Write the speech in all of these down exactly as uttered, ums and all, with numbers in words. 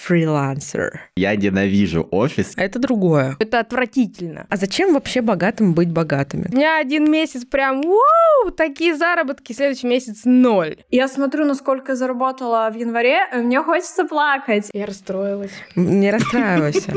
фрилансер. Я ненавижу офис. Это другое. Это отвратительно. А зачем вообще богатым быть богатыми? У меня один месяц прям, вау, такие заработки, следующий месяц ноль. Я смотрю, насколько я заработала в январе, и мне хочется плакать. Я расстроилась. Не расстраивайся.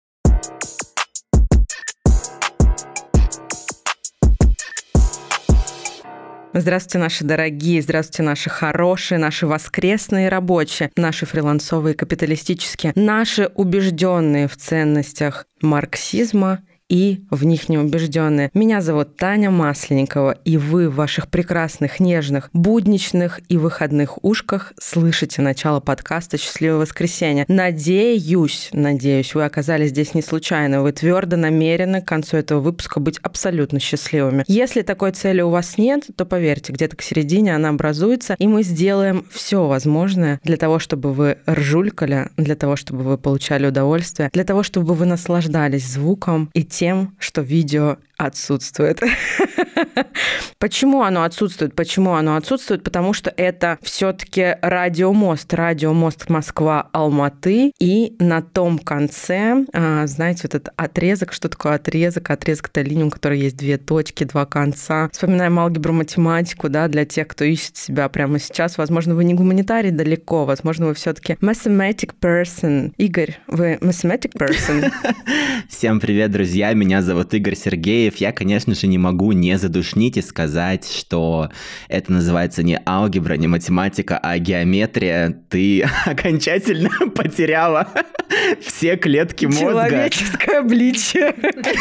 Здравствуйте, наши дорогие, здравствуйте, наши хорошие, наши воскресные рабочие, наши фрилансовые капиталистические, наши убежденные в ценностях марксизма и в них не убежденные. Меня зовут Таня Масленникова, и вы в ваших прекрасных, нежных, будничных и выходных ушках слышите начало подкаста «Счастливое воскресенье». Надеюсь, надеюсь, вы оказались здесь не случайно, вы твердо намерены к концу этого выпуска быть абсолютно счастливыми. Если такой цели у вас нет, то поверьте, где-то к середине она образуется, и мы сделаем все возможное для того, чтобы вы ржулькали, для того, чтобы вы получали удовольствие, для того, чтобы вы наслаждались звуком и тем, что видео отсутствует. Почему оно отсутствует? Почему оно отсутствует? Потому что это все-таки радиомост. Радиомост Москва-Алматы. И на том конце, знаете, вот этот отрезок, что такое отрезок? Отрезок — это линия, у которой есть две точки, два конца. Вспоминаем алгебру, математику, да, для тех, кто ищет себя прямо сейчас. Возможно, вы не гуманитарий далеко, возможно, вы все-таки mathematic person. Игорь, вы mathematic person? Всем привет, друзья! Меня зовут Игорь Сергеев. Я, конечно же, не могу не задушнить и сказать, что это называется не алгебра, не математика, а геометрия. Ты окончательно потеряла все клетки мозга. Человеческое обличие.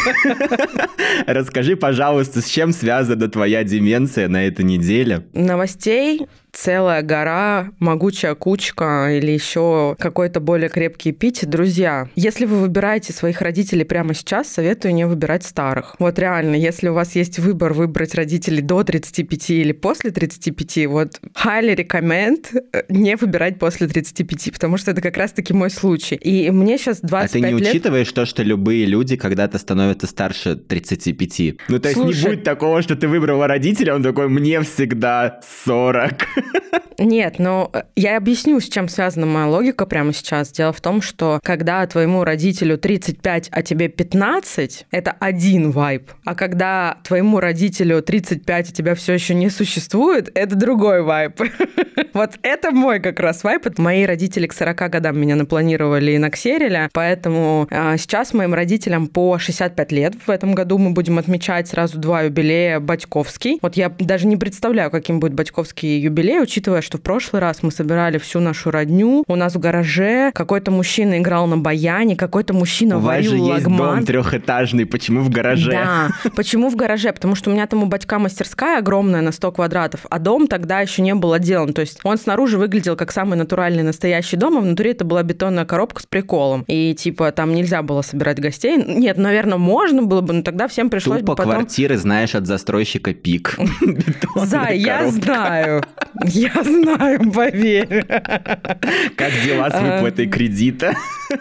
Расскажи, пожалуйста, с чем связана твоя деменция на этой неделе? Новостей целая гора, могучая кучка или еще какой-то более крепкий эпитет. Друзья, если вы выбираете своих родителей прямо сейчас, советую не выбирать старых. Вот реально, если у вас есть выбор выбрать родителей до тридцати пяти или после тридцати пяти, вот highly recommend не выбирать после тридцати пяти, потому что это как раз-таки мой случай. И мне сейчас двадцать пять лет. А ты не лет... учитываешь то, что любые люди когда-то становятся старше тридцати пяти? Ну, то есть Слушай... не будет такого, что ты выбрала родителя, он такой, мне всегда сорок. Нет, но я объясню, с чем связана моя логика прямо сейчас. Дело в том, что когда твоему родителю тридцать пять, а тебе пятнадцать, это один вайб. А когда твоему родителю тридцать пять, а тебя все еще не существует, это другой вайб. Вот это мой как раз вайб. Мои родители к сорока годам меня напланировали и наксерили, поэтому сейчас моим родителям по шестьдесят пять лет. В этом году мы будем отмечать сразу два юбилея батьковский. Вот я даже не представляю, каким будет батьковский юбилей, учитывая, что в прошлый раз мы собирали всю нашу родню. У нас в гараже какой-то мужчина играл на баяне, какой-то мужчина варил лагман. У вас же есть дом трехэтажный, почему в гараже? Да, почему в гараже? Потому что у меня там у батька мастерская огромная на сто квадратов, а дом тогда еще не был отделан. То есть он снаружи выглядел как самый натуральный настоящий дом, а внутри это была бетонная коробка с приколом. И типа там нельзя было собирать гостей. Нет, наверное, можно было бы, но тогда всем пришлось Тупо бы потом... квартиры, знаешь, от застройщика ПИК. Зай, я знаю. Я знаю, поверь. Как дела с выплатой кредита?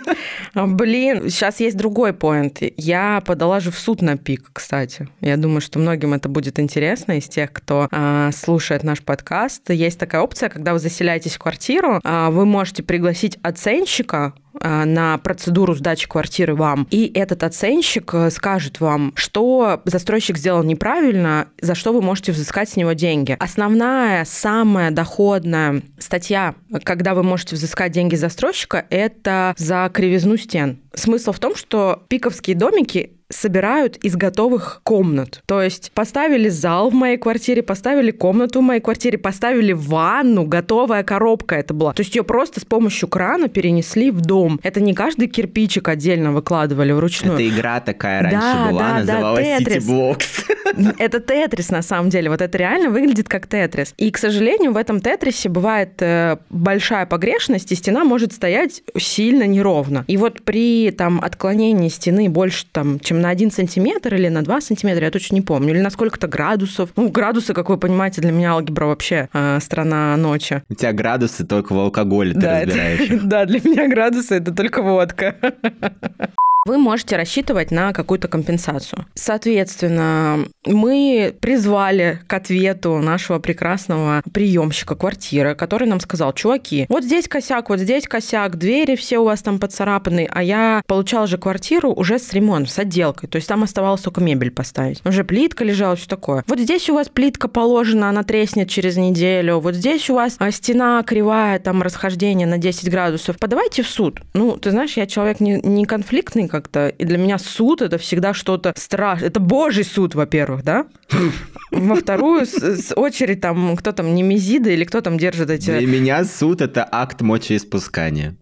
Блин, сейчас есть другой поинт. Я подала же в суд на ПИК, кстати. Я думаю, что многим это будет интересно из тех, кто а, слушает наш подкаст. Есть такая опция, когда вы заселяетесь в квартиру, а, вы можете пригласить оценщика на процедуру сдачи квартиры вам, и этот оценщик скажет вам, что застройщик сделал неправильно, за что вы можете взыскать с него деньги. Основная, самая доходная статья, когда вы можете взыскать деньги застройщика, это за кривизну стен. Смысл в том, что пиковские домики собирают из готовых комнат. То есть поставили зал в моей квартире, поставили комнату в моей квартире, поставили ванну, готовая коробка это была. То есть ее просто с помощью крана перенесли в дом. Это не каждый кирпичик отдельно выкладывали вручную. Это игра такая раньше да, была, да, называлась да, City Blocks. Это Тетрис на самом деле. Вот это реально выглядит как Тетрис. И, к сожалению, в этом Тетрисе бывает большая погрешность, и стена может стоять сильно неровно. И вот при там, отклонении стены больше, там, чем на один сантиметр или на два сантиметра, я точно не помню, или на сколько-то градусов. Ну, градусы, как вы понимаете, для меня алгебра вообще э, страна ночи. У тебя градусы только в алкоголе, ты да, разбираешь. Это, да, для меня градусы — это только водка. вы можете рассчитывать на какую-то компенсацию. Соответственно, мы призвали к ответу нашего прекрасного приемщика квартиры, который нам сказал: чуваки, вот здесь косяк, вот здесь косяк, двери все у вас там поцарапаны, а я получала же квартиру уже с ремонтом, с отделкой, то есть там оставалось только мебель поставить. Уже плитка лежала, все такое. Вот здесь у вас плитка положена, она треснет через неделю, вот здесь у вас стена кривая, там расхождение на десять градусов. Подавайте в суд. Ну, ты знаешь, я человек не, не конфликтный как-то, и для меня суд — это всегда что-то страшное. Это божий суд, во-первых, да? Во вторую очередь, там, кто там, Немезида или кто там держит эти... Для меня суд — это акт мочеиспускания.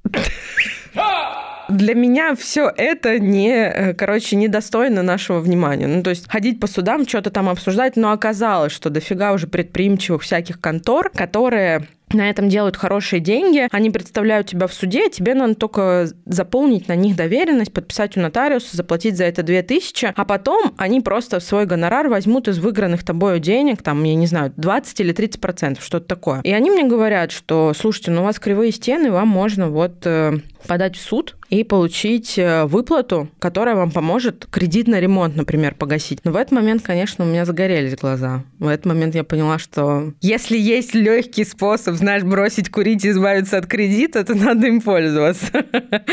Для меня все это не, короче, недостойно нашего внимания. Ну, то есть ходить по судам, что-то там обсуждать, но оказалось, что дофига уже предприимчивых всяких контор, которые на этом делают хорошие деньги, они представляют тебя в суде, тебе надо только заполнить на них доверенность, подписать у нотариуса, заплатить за это две тысячи, а потом они просто в свой гонорар возьмут из выигранных тобою денег, там, я не знаю, двадцать или тридцать процентов, что-то такое. И они мне говорят, что, слушайте, ну у вас кривые стены, вам можно вот подать в суд и получить выплату, которая вам поможет кредит на ремонт, например, погасить. Но в этот момент, конечно, у меня загорелись глаза. В этот момент я поняла, что если есть легкий способ, знаешь, бросить курить и избавиться от кредита, то надо им пользоваться.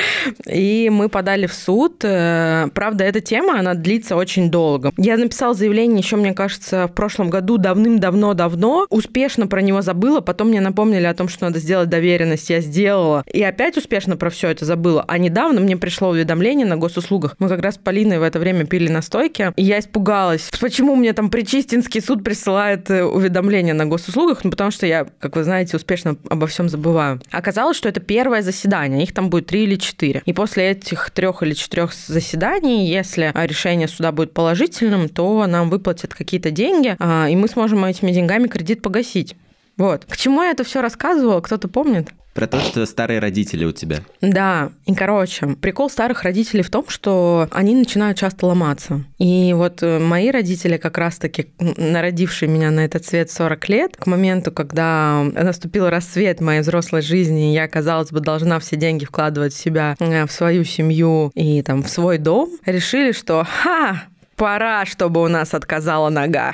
И мы подали в суд. Правда, эта тема, она длится очень долго. Я написала заявление еще, мне кажется, в прошлом году, давным-давно-давно. Успешно про него забыла. Потом мне напомнили о том, что надо сделать доверенность. Я сделала. И опять успешно про все это забыла. А недавно мне пришло уведомление на госуслугах. Мы как раз с Полиной в это время пили настойки. И я испугалась, почему мне там Причистинский суд присылает уведомление на госуслугах. Ну, потому что я, как вы знаете, успешно обо всем забываю. Оказалось, что это первое заседание. Их там будет три или четыре. И после этих трех или четырех заседаний, если решение суда будет положительным, то нам выплатят какие-то деньги, и мы сможем этими деньгами кредит погасить. Вот. К чему я это все рассказывала? Кто-то помнит? Про то, что старые родители у тебя. Да, и, короче, прикол старых родителей в том, что они начинают часто ломаться. И вот мои родители, как раз-таки народившие меня на этот свет сорок лет, к моменту, когда наступил рассвет моей взрослой жизни, я, казалось бы, должна все деньги вкладывать в себя, в свою семью и там в свой дом, решили, что «ха!» Пора, чтобы у нас отказала нога.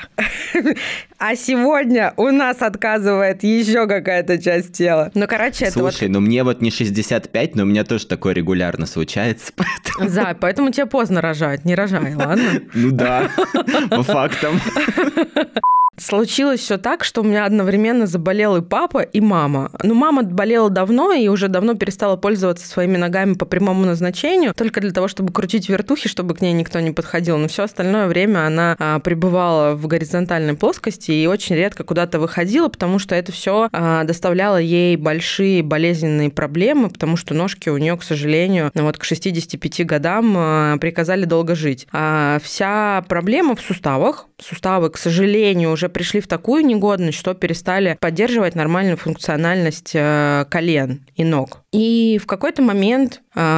А сегодня у нас отказывает еще какая-то часть тела. Ну, короче, это Слушай, вот... ну мне вот не шестьдесят пять, но у меня тоже такое регулярно случается. Поэтому... Зай, поэтому тебе поздно рожать. Не рожай, ладно? Ну да, по фактам. Случилось все так, что у меня одновременно заболел и папа, и мама. Ну, мама болела давно и уже давно перестала пользоваться своими ногами по прямому назначению, только для того, чтобы крутить вертухи, чтобы к ней никто не подходил. Но все остальное время она а, пребывала в горизонтальной плоскости и очень редко куда-то выходила, потому что это все а, доставляло ей большие болезненные проблемы, потому что ножки у нее, к сожалению, вот к шестидесяти пяти годам а, приказали долго жить. А вся проблема в суставах. Суставы, к сожалению, уже пришли в такую негодность, что перестали поддерживать нормальную функциональность колен и ног. И в какой-то момент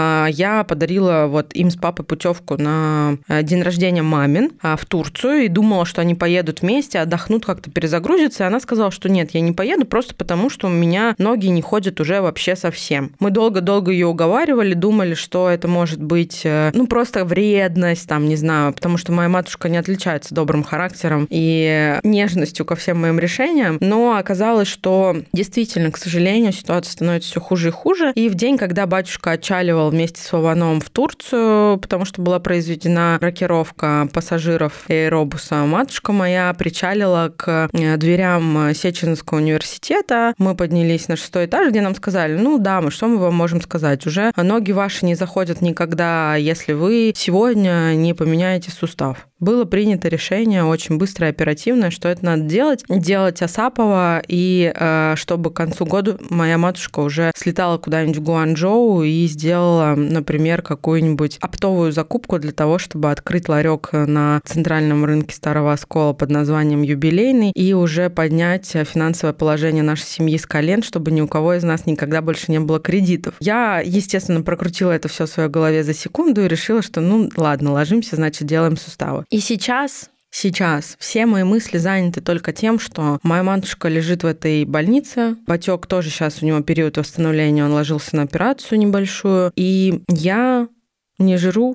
я подарила вот им с папой путевку на день рождения мамин в Турцию и думала, что они поедут вместе, отдохнут, как-то перезагрузятся. И она сказала, что нет, я не поеду просто потому, что у меня ноги не ходят уже вообще совсем. Мы долго-долго ее уговаривали, думали, что это может быть, ну, просто вредность, там, не знаю, потому что моя матушка не отличается добрым характером и нежностью ко всем моим решениям. Но оказалось, что действительно, к сожалению, ситуация становится все хуже и хуже. И в день, когда батюшка отчаливал вместе с Вованом в Турцию, потому что была произведена рокировка пассажиров аэробуса, матушка моя причалила к дверям Сеченского университета. Мы поднялись на шестой этаж, где нам сказали, ну, дамы, что мы вам можем сказать? Уже ноги ваши не заходят никогда, если вы сегодня не поменяете сустав. Было принято решение очень быстро и оперативно, что это надо делать. Делать Асапова, и э, чтобы к концу года моя матушка уже слетала куда-нибудь в Гуанчжоу и сделала, например, какую-нибудь оптовую закупку для того, чтобы открыть ларек на центральном рынке Старого Оскола под названием «Юбилейный» и уже поднять финансовое положение нашей семьи с колен, чтобы ни у кого из нас никогда больше не было кредитов. Я, естественно, прокрутила это все в своей голове за секунду и решила, что ну ладно, ложимся, значит, делаем суставы. И сейчас... Сейчас все мои мысли заняты только тем, что моя матушка лежит в этой больнице. Батёк тоже сейчас у него период восстановления, он ложился на операцию небольшую. И я не жру,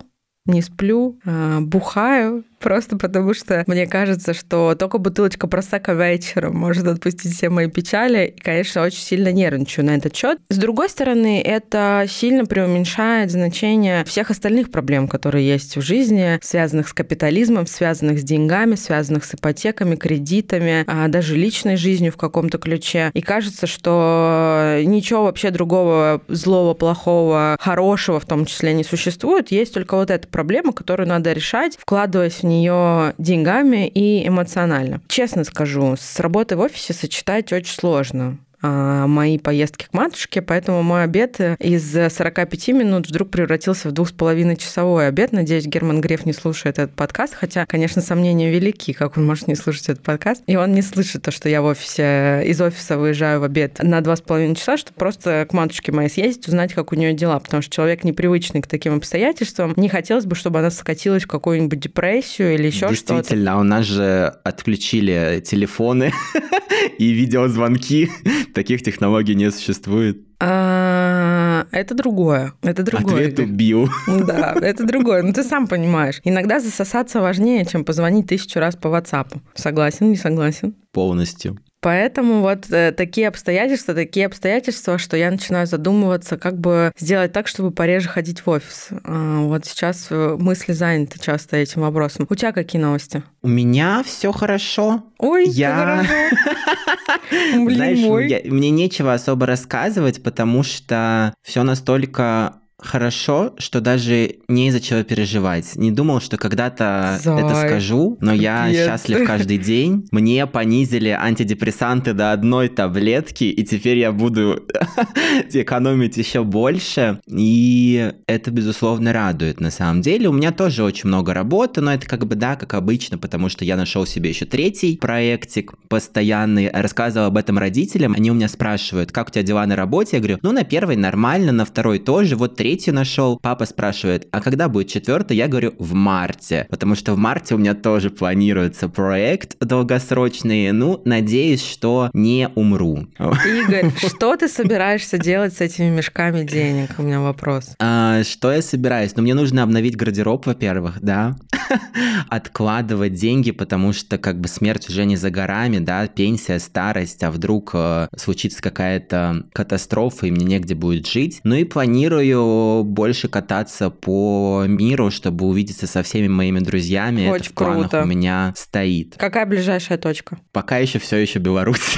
не сплю, бухаю, просто потому что мне кажется, что только бутылочка просекко вечером может отпустить все мои печали. И, конечно, очень сильно нервничаю на этот счет. С другой стороны, это сильно преуменьшает значение всех остальных проблем, которые есть в жизни, связанных с капитализмом, связанных с деньгами, связанных с ипотеками, кредитами, даже личной жизнью в каком-то ключе. И кажется, что ничего вообще другого злого, плохого, хорошего в том числе не существует. Есть только вот эта проблема, которую надо решать, вкладываясь в нее деньгами и эмоционально. Честно скажу, с работой в офисе сочетать очень сложно мои поездки к матушке, поэтому мой обед из сорока пяти минут вдруг превратился в двух с половиной часовой обед. Надеюсь, Герман Греф не слушает этот подкаст, хотя, конечно, сомнения велики, как он может не слушать этот подкаст. И он не слышит то, что я в офисе, из офиса выезжаю в обед на два с половиной часа, чтобы просто к матушке моей съездить, узнать, как у нее дела, потому что человек непривычный к таким обстоятельствам. Не хотелось бы, чтобы она скатилась в какую-нибудь депрессию или еще что-то. Действительно, у нас же отключили телефоны и видеозвонки. Таких технологий не существует. А, это другое. Это другое. Ответ убил. Да, это другое. Ну, ты сам понимаешь. Иногда засосаться важнее, чем позвонить тысячу раз по WhatsApp. Согласен, не согласен? Полностью. Поэтому вот э, такие обстоятельства, такие обстоятельства, что я начинаю задумываться, как бы сделать так, чтобы пореже ходить в офис. А, вот сейчас мысли заняты часто этим вопросом. У тебя какие новости? У меня все хорошо. Ой, я... Знаешь, я... мне нечего особо рассказывать, потому что все настолько хорошо, что даже не из-за чего переживать. Не думал, что когда-то Зай, это скажу, но капец. Я счастлив каждый день. Мне понизили антидепрессанты до одной таблетки, и теперь я буду экономить еще больше. И это, безусловно, радует на самом деле. У меня тоже очень много работы, но это как бы, да, как обычно, потому что я нашел себе еще третий проектик постоянный. Рассказывал об этом родителям. Они у меня спрашивают, как у тебя дела на работе? Я говорю, ну, на первой нормально, на второй тоже. Вот третий третью нашел. Папа спрашивает, а когда будет четвертый? Я говорю, в марте. Потому что в марте у меня тоже планируется проект долгосрочный. Ну, надеюсь, что не умру. Игорь, что ты собираешься делать с этими мешками денег? У меня вопрос. А, что я собираюсь? Ну, мне нужно обновить гардероб, во-первых, да. Откладывать деньги, потому что как бы смерть уже не за горами, да, пенсия, старость, а вдруг э, случится какая-то катастрофа, и мне негде будет жить. Ну и планирую больше кататься по миру, чтобы увидеться со всеми моими друзьями. Очень это в планах круто. У меня стоит. Какая ближайшая точка? Пока еще все еще Беларусь.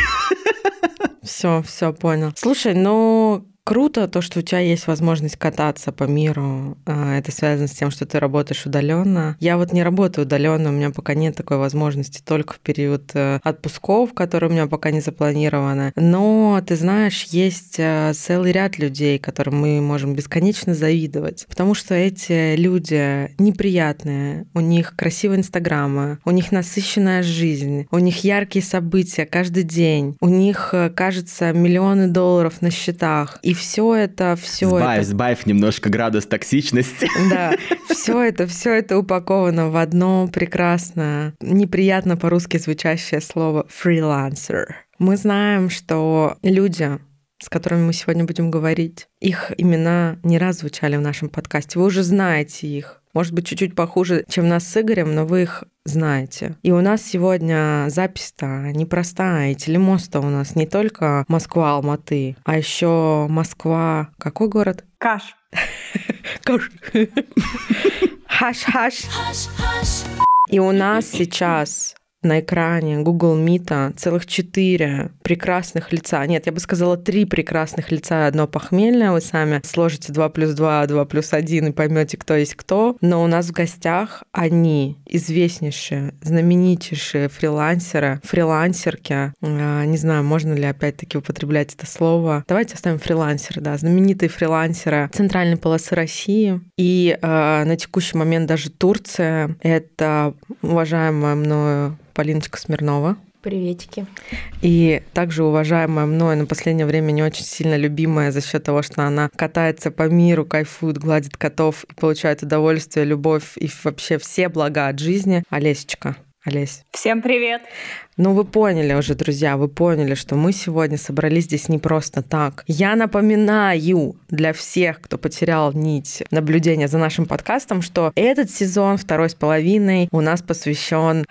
Все, все, понял. Слушай, ну... Круто то, что у тебя есть возможность кататься по миру. Это связано с тем, что ты работаешь удаленно. Я вот не работаю удаленно, у меня пока нет такой возможности, только в период отпусков, которые у меня пока не запланированы. Но, ты знаешь, есть целый ряд людей, которым мы можем бесконечно завидовать, потому что эти люди неприятные, у них красивые инстаграмы, у них насыщенная жизнь, у них яркие события каждый день, у них, кажется, миллионы долларов на счетах. И все это, все сбавь, это... Сбавь немножко градус токсичности. Да, все это, все это упаковано в одно прекрасное, неприятно по-русски звучащее слово «фрилансер». Мы знаем, что люди, с которыми мы сегодня будем говорить, их имена не раз звучали в нашем подкасте. Вы уже знаете их. Может быть, чуть-чуть похуже, чем нас с Игорем, но вы их знаете. И у нас сегодня запись-то непростая, и телемост-то у нас не только Москва, Алматы, а еще Москва... Какой город? Каш. Каш. Хаш-хаш. И у нас сейчас... на экране Google Meet целых четыре прекрасных лица. Нет, я бы сказала, три прекрасных лица и одно похмельное. Вы сами сложите два плюс два, два плюс один и поймете, кто есть кто. Но у нас в гостях они, известнейшие, знаменитейшие фрилансеры, фрилансерки. Не знаю, можно ли опять-таки употреблять это слово. Давайте оставим фрилансеры, да, знаменитые фрилансеры центральной полосы России. И э, на текущий момент даже Турция. Это уважаемая мною Полиночка Смирнова. Приветики. И также уважаемая мной, на последнее время не очень сильно любимая за счет того, что она катается по миру, кайфует, гладит котов и получает удовольствие, любовь и вообще все блага от жизни, Олесечка. Олесь. Всем привет. Ну, вы поняли уже, друзья, вы поняли, что мы сегодня собрались здесь не просто так. Я напоминаю для всех, кто потерял нить наблюдения за нашим подкастом, что этот сезон, второй с половиной, у нас посвящен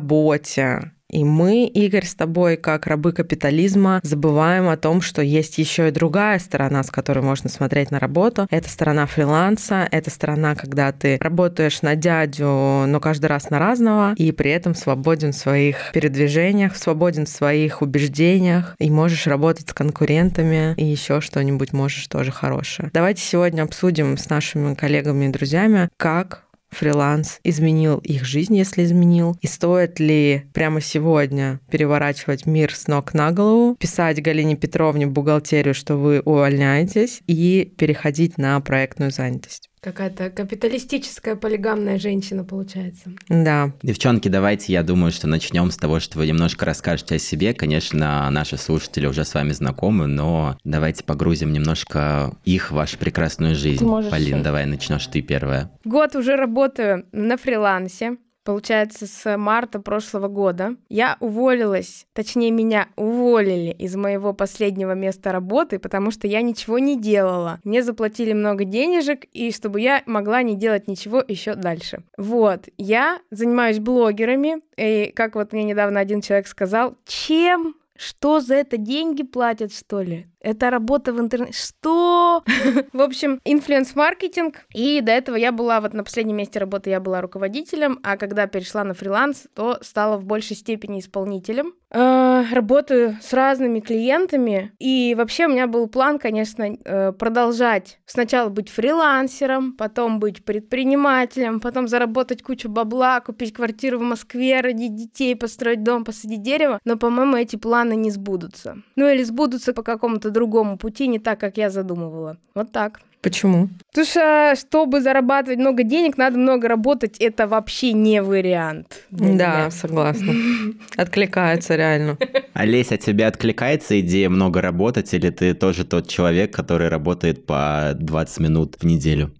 работе. И мы, Игорь, с тобой, как рабы капитализма, забываем о том, что есть еще и другая сторона, с которой можно смотреть на работу. Это сторона фриланса, это сторона, когда ты работаешь на дядю, но каждый раз на разного, и при этом свободен в своих передвижениях, свободен в своих убеждениях, и можешь работать с конкурентами, и еще что-нибудь можешь тоже хорошее. Давайте сегодня обсудим с нашими коллегами и друзьями, как фриланс изменил их жизнь, если изменил, и стоит ли прямо сегодня переворачивать мир с ног на голову, писать Галине Петровне в бухгалтерию, что вы увольняетесь, и переходить на проектную занятость. Какая-то капиталистическая полигамная женщина получается. Да. Девчонки, давайте, я думаю, что начнем с того, что вы немножко расскажете о себе. Конечно, наши слушатели уже с вами знакомы, но давайте погрузим немножко их в вашу прекрасную жизнь. Полин, давай начнешь ты первая. Год уже работаю на фрилансе. Получается, с марта прошлого года я уволилась, точнее, меня уволили из моего последнего места работы, потому что я ничего не делала. Мне заплатили много денежек, и чтобы я могла не делать ничего еще дальше. Вот, я занимаюсь блогерами, и как вот мне недавно один человек сказал, чем? Что за это деньги платят, что ли? Это работа в интернете. Что? В общем, инфлюенс-маркетинг. И до этого я была, вот на последнем месте работы я была руководителем, а когда перешла на фриланс, то стала в большей степени исполнителем. Э, работаю с разными клиентами. И вообще у меня был план, конечно, э, продолжать сначала быть фрилансером, потом быть предпринимателем, потом заработать кучу бабла, купить квартиру в Москве, родить детей, построить дом, посадить дерево. Но, по-моему, эти планы не сбудутся. Ну или сбудутся по какому-то другому пути, не так, как я задумывала. Вот так. Почему? Потому что, чтобы зарабатывать много денег, надо много работать. Это вообще не вариант. Да, меня. согласна. Откликается реально. Олесь, от тебя откликается идея много работать, или ты тоже тот человек, который работает по двадцать минут в неделю?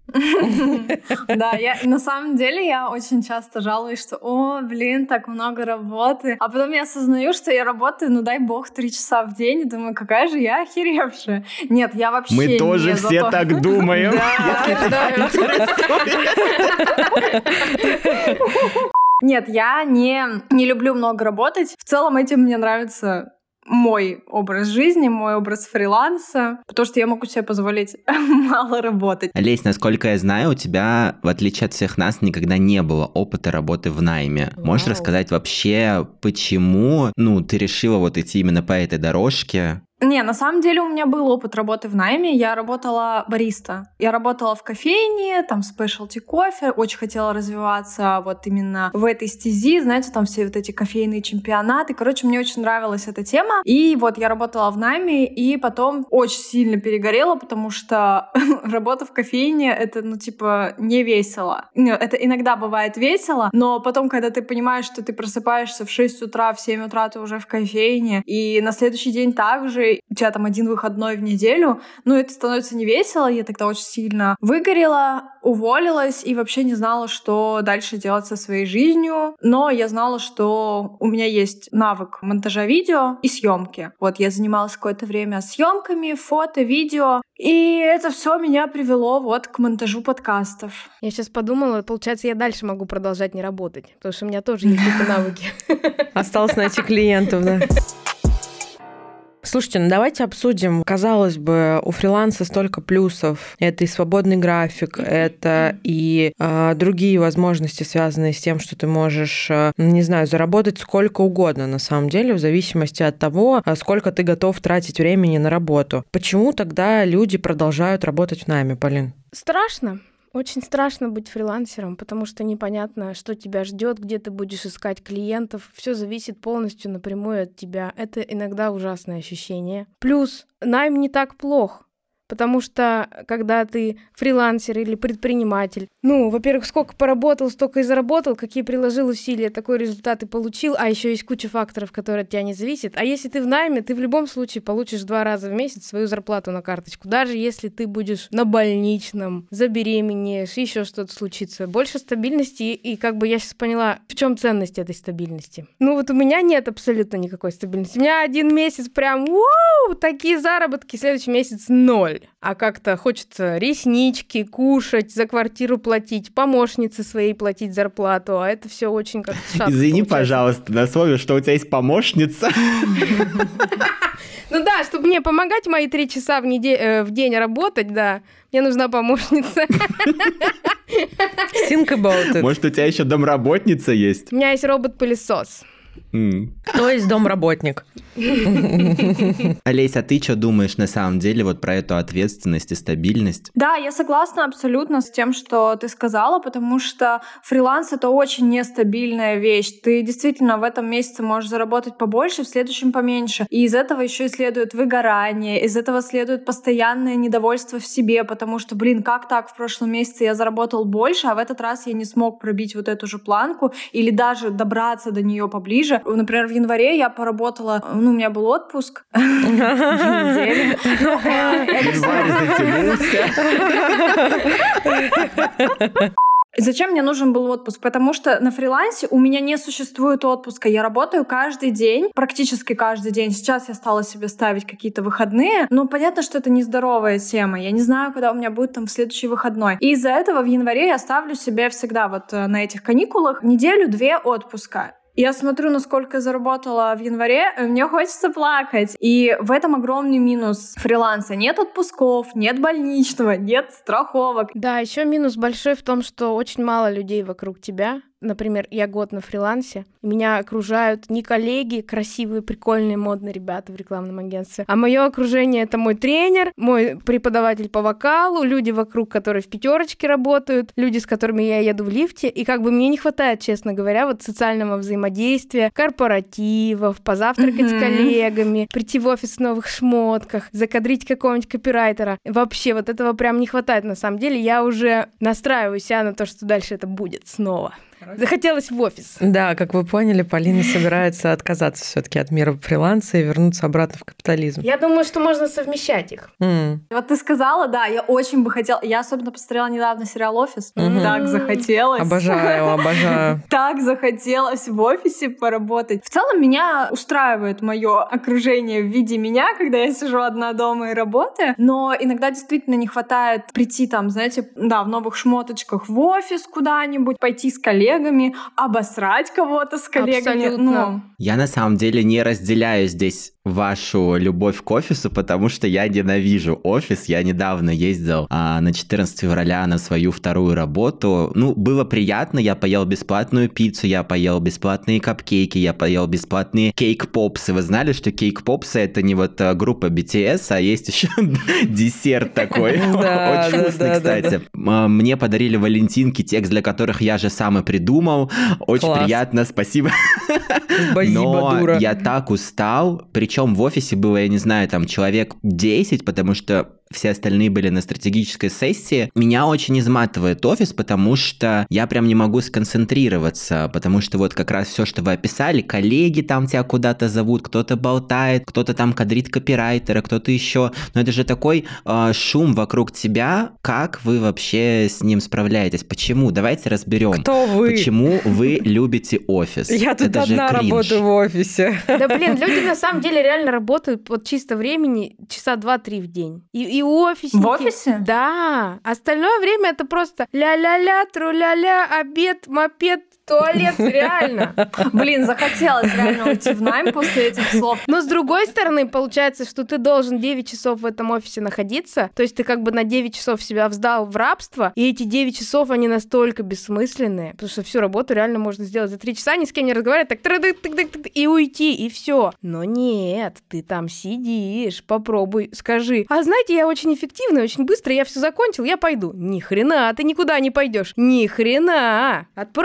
Да, я на самом деле я очень часто жалуюсь, что о, блин, так много работы. А потом я осознаю, что я работаю, ну дай бог, три часа в день. И думаю, какая же я охеревшая. Нет, я вообще Мы не тоже за все то. так думаем. Нет, я не, не люблю много работать. В целом этим мне нравится мой образ жизни, мой образ фриланса, потому что я могу себе позволить мало работать. Олесь, насколько я знаю, у тебя, в отличие от всех нас, никогда не было опыта работы в найме. Вау. Можешь рассказать вообще, почему, ну, ты решила вот идти именно по этой дорожке? Не, на самом деле у меня был опыт работы в найме. Я работала бариста. Я работала в кофейне, там спешлти кофе. Очень хотела развиваться вот именно в этой стези. Знаете, там все вот эти кофейные чемпионаты. Короче, мне очень нравилась эта тема. И вот я работала в найме, и потом очень сильно перегорела, потому что работа в кофейне — это, ну, типа, не весело. Это иногда бывает весело, но потом, когда ты понимаешь, что ты просыпаешься в шесть утра, в семь утра ты уже в кофейне, и на следующий день также у тебя там один выходной в неделю, ну, это становится не весело. Я тогда очень сильно выгорела, уволилась и вообще не знала, что дальше делать со своей жизнью. Но я знала, что у меня есть навык монтажа видео и съемки. Вот я занималась какое-то время съемками, фото, видео. И это все меня привело вот к монтажу подкастов. Я сейчас подумала, получается, я дальше могу продолжать не работать, потому что у меня тоже есть эти навыки. Осталось найти клиентов, да. Слушайте, ну давайте обсудим. Казалось бы, у фриланса столько плюсов. Это и свободный график, это и э, другие возможности, связанные с тем, что ты можешь, э, не знаю, заработать сколько угодно, на самом деле, в зависимости от того, сколько ты готов тратить времени на работу. Почему тогда люди продолжают работать в найме, Полин? Страшно. Очень страшно быть фрилансером, потому что непонятно, что тебя ждет, где ты будешь искать клиентов. Все зависит полностью напрямую от тебя. Это иногда ужасное ощущение. Плюс найм не так плох, потому что когда ты фрилансер или предприниматель, ну, во-первых, сколько поработал, столько и заработал, какие приложил усилия, такой результат и получил, а еще есть куча факторов, которые от тебя не зависят. А если ты в найме, ты в любом случае получишь два раза в месяц свою зарплату на карточку, даже если ты будешь на больничном, забеременеешь, еще что-то случится. Больше стабильности, и как бы я сейчас поняла, в чем ценность этой стабильности. Ну вот у меня нет абсолютно никакой стабильности. У меня один месяц прям, ууу, такие заработки, следующий месяц ноль. А как-то хочется реснички, кушать, за квартиру платить, помощнице своей платить зарплату, а это все очень как-то шатко. Извини, пожалуйста, на слове, что у тебя есть помощница. Ну да, чтобы мне помогать мои три часа в, неде... э, в день работать, да, мне нужна помощница. Think about it. Может, у тебя еще домработница есть? У меня есть робот-пылесос. Mm. То есть домработник. Олесь, а ты что думаешь на самом деле вот про эту ответственность и стабильность? Да, я согласна абсолютно с тем, что ты сказала, потому что фриланс — это очень нестабильная вещь. Ты действительно в этом месяце можешь заработать побольше, в следующем поменьше. И из этого еще и следует выгорание, из этого следует постоянное недовольство в себе, потому что, блин, как так, в прошлом месяце я заработал больше, а в этот раз я не смог пробить вот эту же планку или даже добраться до нее поближе. Например, в январе я поработала, ну, у меня был отпуск. Январь затянулся. Зачем мне нужен был отпуск? Потому что на фрилансе у меня не существует отпуска. Я работаю каждый день, практически каждый день. Сейчас я стала себе ставить какие-то выходные, но понятно, что это нездоровая тема. Я не знаю, когда у меня будет там в следующий выходной. И из-за этого в январе я ставлю себе всегда вот на этих каникулах неделю-две отпуска. Я смотрю, насколько я заработала в январе, и мне хочется плакать. И в этом огромный минус фриланса. Нет отпусков, нет больничного, нет страховок. Да, еще минус большой в том, что очень мало людей вокруг тебя. Например, я год на фрилансе, меня окружают не коллеги, красивые, прикольные, модные ребята в рекламном агентстве, а мое окружение — это мой тренер, мой преподаватель по вокалу, люди вокруг, которые в пятерочке работают, люди, с которыми я еду в лифте, и как бы мне не хватает, честно говоря, вот социального взаимодействия, корпоративов, позавтракать mm-hmm. с коллегами, прийти в офис в новых шмотках, закадрить какого-нибудь копирайтера. Вообще вот этого прям не хватает на самом деле. Я уже настраиваю себя на то, что дальше это будет снова. Захотелось в офис. Да, как вы поняли, Полина собирается отказаться все-таки от мира фриланса и вернуться обратно в капитализм. Я думаю, что можно совмещать их. Mm. Вот ты сказала, да, я очень бы хотела. Я особенно посмотрела недавно сериал «Офис». Mm-hmm. Так захотелось. Обожаю, обожаю. Так захотелось в офисе поработать. В целом меня устраивает мое окружение в виде меня, когда я сижу одна дома и работаю. Но иногда действительно не хватает прийти там, знаете, да, в новых шмоточках в офис куда-нибудь, пойти с коллегами, обосрать кого-то с коллегами. Абсолютно. Ну. Я на самом деле не разделяю здесь вашу любовь к офису, потому что я ненавижу офис. Я недавно ездил а, на четырнадцатое февраля на свою вторую работу. Ну, было приятно, я поел бесплатную пиццу, я поел бесплатные капкейки, я поел бесплатные кейк-попсы. Вы знали, что кейк-попсы — это не вот группа би ти эс, а есть еще десерт такой. Очень вкусный, кстати. Мне подарили валентинки, текст для которых я же сам и придумал. Очень приятно, спасибо. Но я так устал, причем в офисе было, я не знаю, там человек десять, потому что все остальные были на стратегической сессии. Меня очень изматывает офис, потому что я прям не могу сконцентрироваться, потому что вот как раз все, что вы описали, коллеги там тебя куда-то зовут, кто-то болтает, кто-то там кадрит копирайтера, кто-то еще. Но это же такой э, шум вокруг тебя. Как вы вообще с ним справляетесь? Почему? Давайте разберем. Кто вы? Почему вы любите офис? Я тут это одна работаю в офисе. Да блин, люди на самом деле реально работают вот чисто времени часа два-три в день. И, и офисники. В офисе? Да. Остальное время это просто ля-ля-ля, тру-ля-ля, обед, мопед, туалет, реально. Блин, захотелось реально уйти в найм после этих слов. Но с другой стороны, получается, что ты должен девять часов в этом офисе находиться, то есть ты как бы на девять часов себя вздал в рабство, и эти девять часов, они настолько бессмысленные, потому что всю работу реально можно сделать за три часа, ни с кем не разговаривать, так и уйти, и все. Но нет, ты там сидишь, попробуй, скажи, а знаете, я очень эффективный, очень быстро, я все закончил, я пойду. Ни хрена, ты никуда не пойдешь. Ни хрена. Отпрашивайся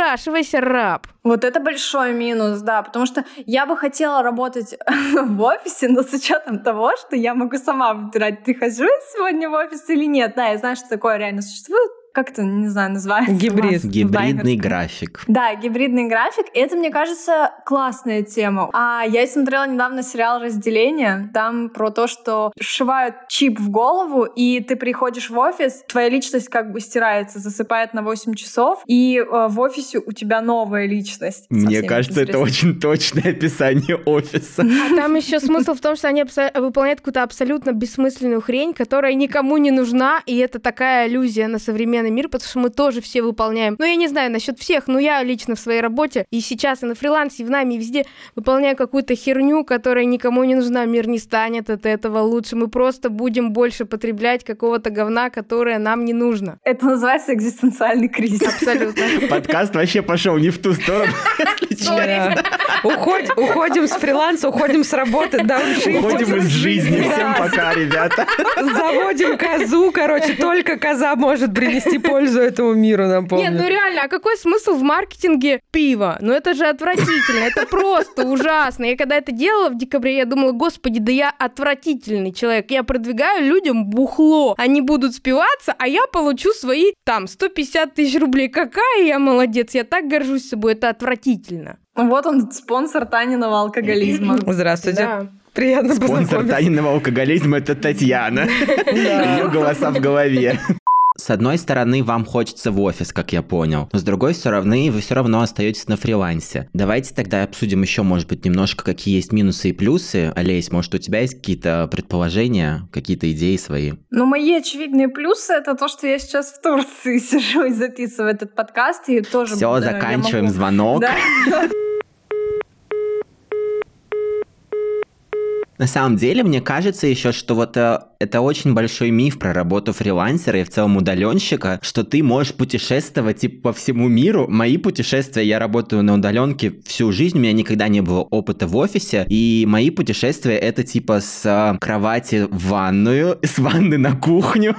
оставайся раб. Вот это большой минус, да, потому что я бы хотела работать в офисе, но с учетом того, что я могу сама выбирать, прихожу я сегодня в офис или нет. Да, я знаю, что такое реально существует. Как это, не знаю, называется? Гибрид. Гибридный график. Да, гибридный график. Это, мне кажется, классная тема. А я смотрела недавно сериал «Разделение». Там про то, что вшивают чип в голову, и ты приходишь в офис, твоя личность как бы стирается, засыпает на восемь часов, и э, в офисе у тебя новая личность. Мне кажется, это очень точное описание офиса. А там еще смысл в том, что они абсо- выполняют какую-то абсолютно бессмысленную хрень, которая никому не нужна, и это такая аллюзия на современный мир, потому что мы тоже все выполняем. Ну, я не знаю насчет всех, но я лично в своей работе и сейчас, и на фрилансе, и в найме, и везде выполняю какую-то херню, которая никому не нужна. Мир не станет от этого лучше. Мы просто будем больше потреблять какого-то говна, которое нам не нужно. Это называется экзистенциальный кризис. Абсолютно. Подкаст вообще пошел не в ту сторону, если честно. Уходим, уходим с фриланса, уходим с работы, дауншифтим. Уходим из жизни. Всем пока, ребята. Заводим козу, короче, только коза может принести пользу этому миру, напомню. Нет, ну реально, а какой смысл в маркетинге пива? Ну это же отвратительно, это просто ужасно. Я когда это делала в декабре, я думала, господи, да я отвратительный человек. Я продвигаю людям бухло. Они будут спиваться, а я получу свои, там, сто пятьдесят тысяч рублей. Какая я молодец, я так горжусь собой, это отвратительно. Вот он, спонсор Таниного алкоголизма. Здравствуйте. Да. Приятно Спонсор познакомиться. Таниного алкоголизма — это Татьяна. Ее голоса в голове. С одной стороны, вам хочется в офис, как я понял, но с другой стороны, вы все равно остаетесь на фрилансе. Давайте тогда обсудим еще, может быть, немножко, какие есть минусы и плюсы. Олесь, может, у тебя есть какие-то предположения, какие-то идеи свои? Ну, мои очевидные плюсы — это то, что я сейчас в Турции сижу и записываю этот подкаст, и тоже... Все, да, заканчиваем могу... звонок. Да. На самом деле, мне кажется еще, что вот э, это очень большой миф про работу фрилансера и в целом удаленщика, что ты можешь путешествовать типа по всему миру. Мои путешествия, я работаю на удаленке всю жизнь, у меня никогда не было опыта в офисе, и мои путешествия это типа с э, кровати в ванную, с ванны на кухню,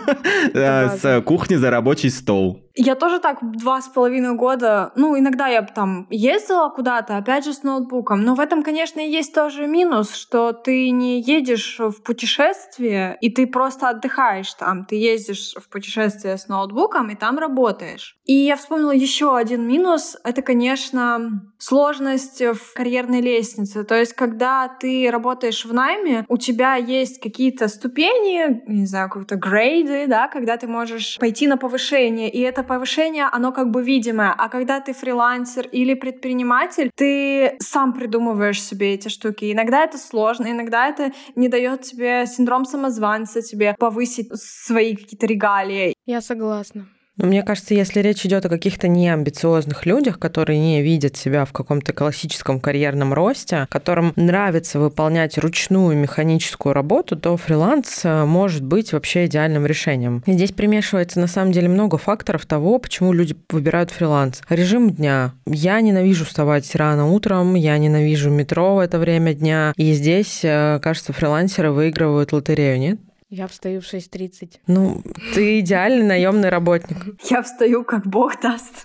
э, с кухни за рабочий стол. Я тоже так два с половиной года, ну, иногда я там ездила куда-то, опять же, с ноутбуком, но в этом, конечно, и есть тоже минус, что ты не едешь в путешествие, и ты просто отдыхаешь там, ты ездишь в путешествие с ноутбуком, и там работаешь. И я вспомнила еще один минус, это, конечно, сложность в карьерной лестнице, то есть, когда ты работаешь в найме, у тебя есть какие-то ступени, не знаю, какие-то грейды, да, когда ты можешь пойти на повышение, и это повышение, оно как бы видимое. А когда ты фрилансер или предприниматель, ты сам придумываешь себе эти штуки. Иногда это сложно, иногда это не дает тебе синдром самозванца, тебе повысить свои какие-то регалии. Я согласна. Но мне кажется, если речь идет о каких-то неамбициозных людях, которые не видят себя в каком-то классическом карьерном росте, которым нравится выполнять ручную механическую работу, то фриланс может быть вообще идеальным решением. И здесь примешивается на самом деле много факторов того, почему люди выбирают фриланс. Режим дня. Я ненавижу вставать рано утром, я ненавижу метро в это время дня. И здесь, кажется, фрилансеры выигрывают лотерею, нет? Я встаю в шесть тридцать. Ну, ты идеальный наемный работник. Я встаю, как Бог даст.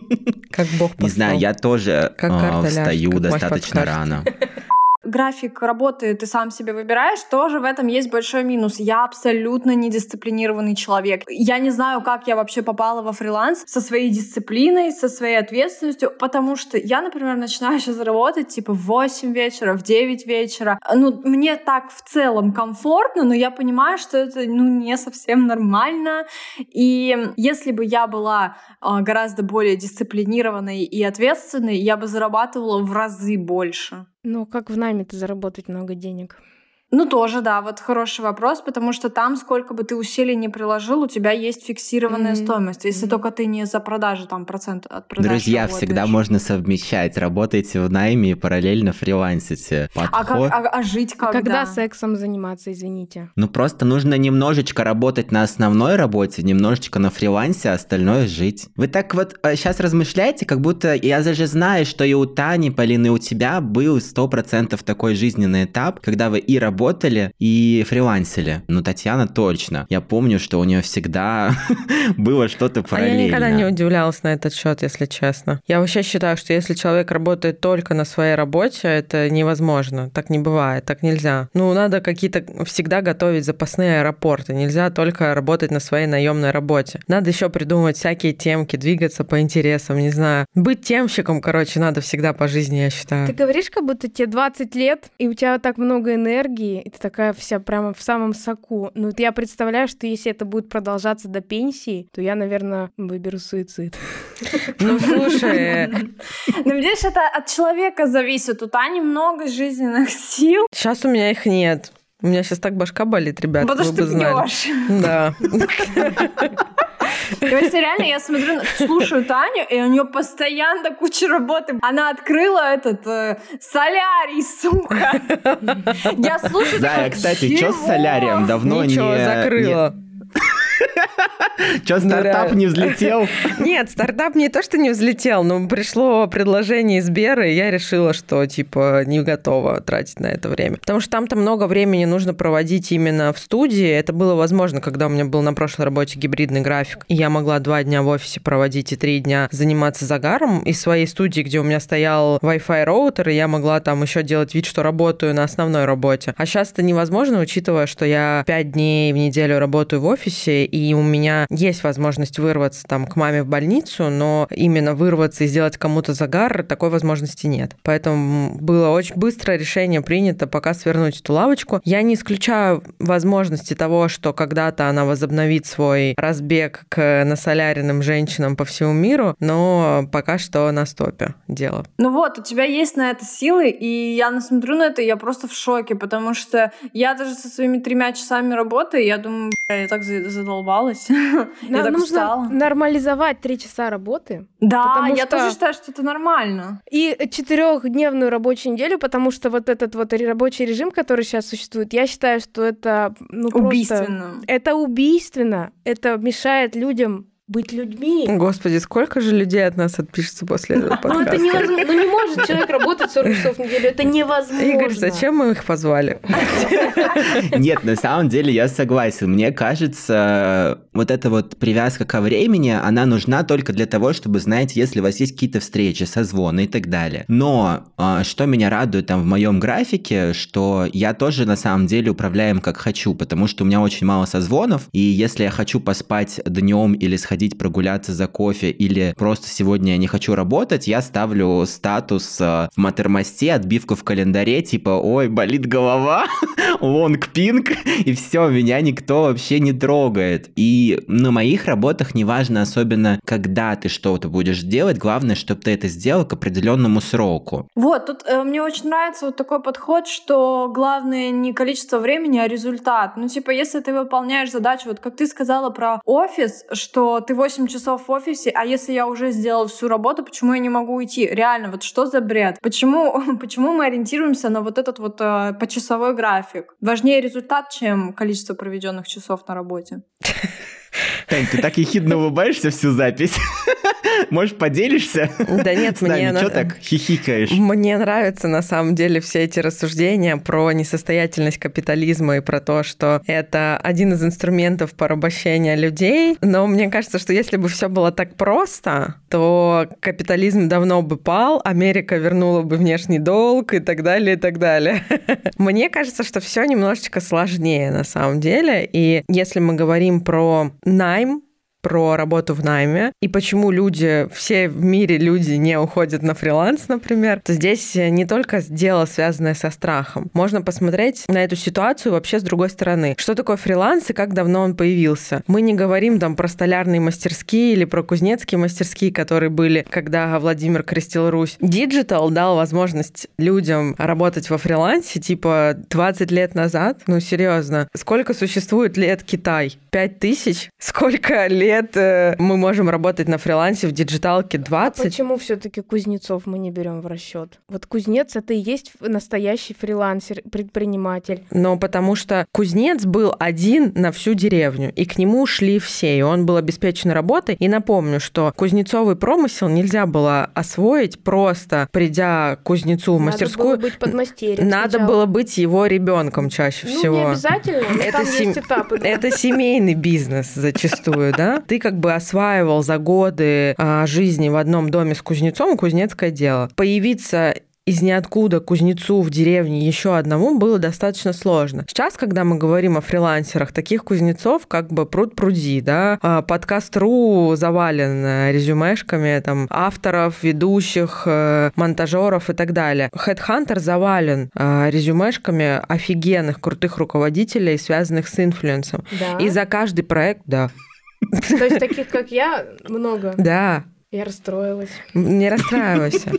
Как Бог послал. Не знаю, я тоже Как э, карта встаю ляжет, как мать достаточно подскажет. рано. График работы ты сам себе выбираешь, тоже в этом есть большой минус. Я абсолютно недисциплинированный человек. Я не знаю, как я вообще попала во фриланс со своей дисциплиной, со своей ответственностью, потому что я, например, начинаю сейчас работать типа в восемь вечера, в девять вечера. Ну, мне так в целом комфортно, но я понимаю, что это, ну, не совсем нормально. И если бы я была э, гораздо более дисциплинированной и ответственной, я бы зарабатывала в разы больше. Ну, как в найме-то заработать много денег? Ну, тоже, да, вот хороший вопрос, потому что там, сколько бы ты усилий не приложил, у тебя есть фиксированная mm-hmm. стоимость. Если mm-hmm. только ты не за продажи, там, процент от продаж Друзья, работаешь. всегда можно совмещать. Работаете в найме и параллельно фрилансите. Подход... А, как, а, а жить когда? Когда сексом заниматься, извините? Ну, просто нужно немножечко работать на основной работе, немножечко на фрилансе, а остальное жить. Вы так вот сейчас размышляете, как будто я даже знаю, что и у Тани, Полины, и у тебя был сто процентов такой жизненный этап, когда вы и работали, работали и фрилансили. Ну, Татьяна точно. Я помню, что у нее всегда было что-то параллельно. А я никогда не удивлялась на этот счет, если честно. Я вообще считаю, что если человек работает только на своей работе, это невозможно. Так не бывает, так нельзя. Ну, надо какие-то всегда готовить запасные аэропорты. Нельзя только работать на своей наемной работе. Надо еще придумывать всякие темки, двигаться по интересам, не знаю. Быть темщиком, короче, надо всегда по жизни, я считаю. Ты говоришь, как будто тебе двадцать лет, и у тебя так много энергии, и ты такая вся прямо в самом соку. Ну, вот я представляю, что если это будет продолжаться до пенсии, то я, наверное, выберу суицид. Ну, слушай... Ну, видишь, это от человека зависит. У Тани много жизненных сил. Сейчас у меня их нет. У меня сейчас так башка болит, ребят, потому вы что бы знали. пьёшь. Да. То есть реально я смотрю, слушаю Таню, и у нее постоянно куча работы. Она открыла этот э, солярий, сука. Я слушаю. Да, я, кстати, что с солярием? Давно не... Ничего, закрыла. Что, стартап не взлетел? Нет, стартап не то, что не взлетел, но пришло предложение из Сбера, и я решила, что, типа, не готова тратить на это время. Потому что там-то много времени нужно проводить именно в студии. Это было возможно, когда у меня был на прошлой работе гибридный график, и я могла два дня в офисе проводить и три дня заниматься загаром. Из своей студии, где у меня стоял Wi-Fi роутер, и я могла там еще делать вид, что работаю на основной работе. А сейчас это невозможно, учитывая, что я пять дней в неделю работаю в офисе, и у меня есть возможность вырваться там к маме в больницу, но именно вырваться и сделать кому-то загар, такой возможности нет. Поэтому было очень быстрое решение принято пока свернуть эту лавочку. Я не исключаю возможности того, что когда-то она возобновит свой разбег к насоляренным женщинам по всему миру, но пока что на стопе дело. Ну вот, у тебя есть на это силы, и я смотрю на это, и я просто в шоке, потому что я даже со своими тремя часами работы, я думаю, бля, я так задолбалась. Я так устала. Нужно нормализовать три часа работы. Да, я тоже считаю, что это нормально. И четырехдневную рабочую неделю, потому что вот этот вот рабочий режим, который сейчас существует, я считаю, что это ну, убийственно. Просто... Это убийственно. Это мешает людям быть людьми. Господи, сколько же людей от нас отпишется после этого подкаста? Ну, это невозможно. Ну, не может человек работать сорок часов в неделю. Это невозможно. Игорь, зачем мы их позвали? Нет, на самом деле я согласен. Мне кажется, вот эта вот привязка ко времени, она нужна только для того, чтобы, знаете, если у вас есть какие-то встречи, созвоны и так далее. Но что меня радует там в моем графике, что я тоже на самом деле управляю им как хочу, потому что у меня очень мало созвонов, и если я хочу поспать днем или сходить прогуляться за кофе, или просто сегодня я не хочу работать, я ставлю статус в Матермосте, отбивку в календаре, типа, ой, болит голова, лонг пинг, и все, меня никто вообще не трогает. И на моих работах неважно особенно, когда ты что-то будешь делать, главное, чтобы ты это сделал к определенному сроку. Вот, тут э, мне очень нравится вот такой подход, что главное не количество времени, а результат. Ну, типа, если ты выполняешь задачу, вот как ты сказала про офис, что ты восемь часов в офисе, а если я уже сделала всю работу, почему я не могу уйти? Реально, вот что за бред? Почему, почему мы ориентируемся на вот этот вот э, почасовой график? Важнее результат, чем количество проведенных часов на работе. Тань, ты так ехидно улыбаешься всю запись. Может, поделишься? Да нет, мне... Что так хихикаешь? Мне нравятся, на самом деле, все эти рассуждения про несостоятельность капитализма и про то, что это один из инструментов порабощения людей. Но мне кажется, что если бы все было так просто, то капитализм давно бы пал, Америка вернула бы внешний долг и так далее, и так далее. Мне кажется, что все немножечко сложнее, на самом деле. И если мы говорим про найм, про работу в найме и почему люди, все в мире люди не уходят на фриланс, например, то здесь не только дело, связанное со страхом. Можно посмотреть на эту ситуацию вообще с другой стороны. Что такое фриланс и как давно он появился? Мы не говорим там про столярные мастерские или про кузнецкие мастерские, которые были, когда Владимир крестил Русь. Диджитал дал возможность людям работать во фрилансе типа двадцать лет назад. Ну, серьезно. Сколько существует лет Китай? Пять тысяч? Сколько лет лет э, мы можем работать на фрилансе в диджиталке двадцать. А почему все-таки кузнецов мы не берем в расчет? Вот кузнец это и есть настоящий фрилансер, предприниматель. Но потому что кузнец был один на всю деревню, и к нему шли все, и он был обеспечен работой. И напомню, что кузнецовый промысел нельзя было освоить просто придя к кузнецу в мастерскую. Надо было быть подмастерьем. Надо сначала. было быть его ребенком чаще Ну, всего. не обязательно, но Это там сем- есть этапы. Да. Это семейный бизнес зачастую, да? Ты как бы осваивал за годы а, жизни в одном доме с кузнецом кузнецкое дело. Появиться из ниоткуда кузнецу в деревне еще одному было достаточно сложно. Сейчас, когда мы говорим о фрилансерах, таких кузнецов как бы пруд-пруди, да, подкаст.ру завален резюмешками там, авторов, ведущих, монтажеров и так далее. HeadHunter завален резюмешками офигенных, крутых руководителей, связанных с инфлюенсом. Да. И за каждый проект, да. То есть таких, как я, много. Да. Я расстроилась. Не расстраивайся.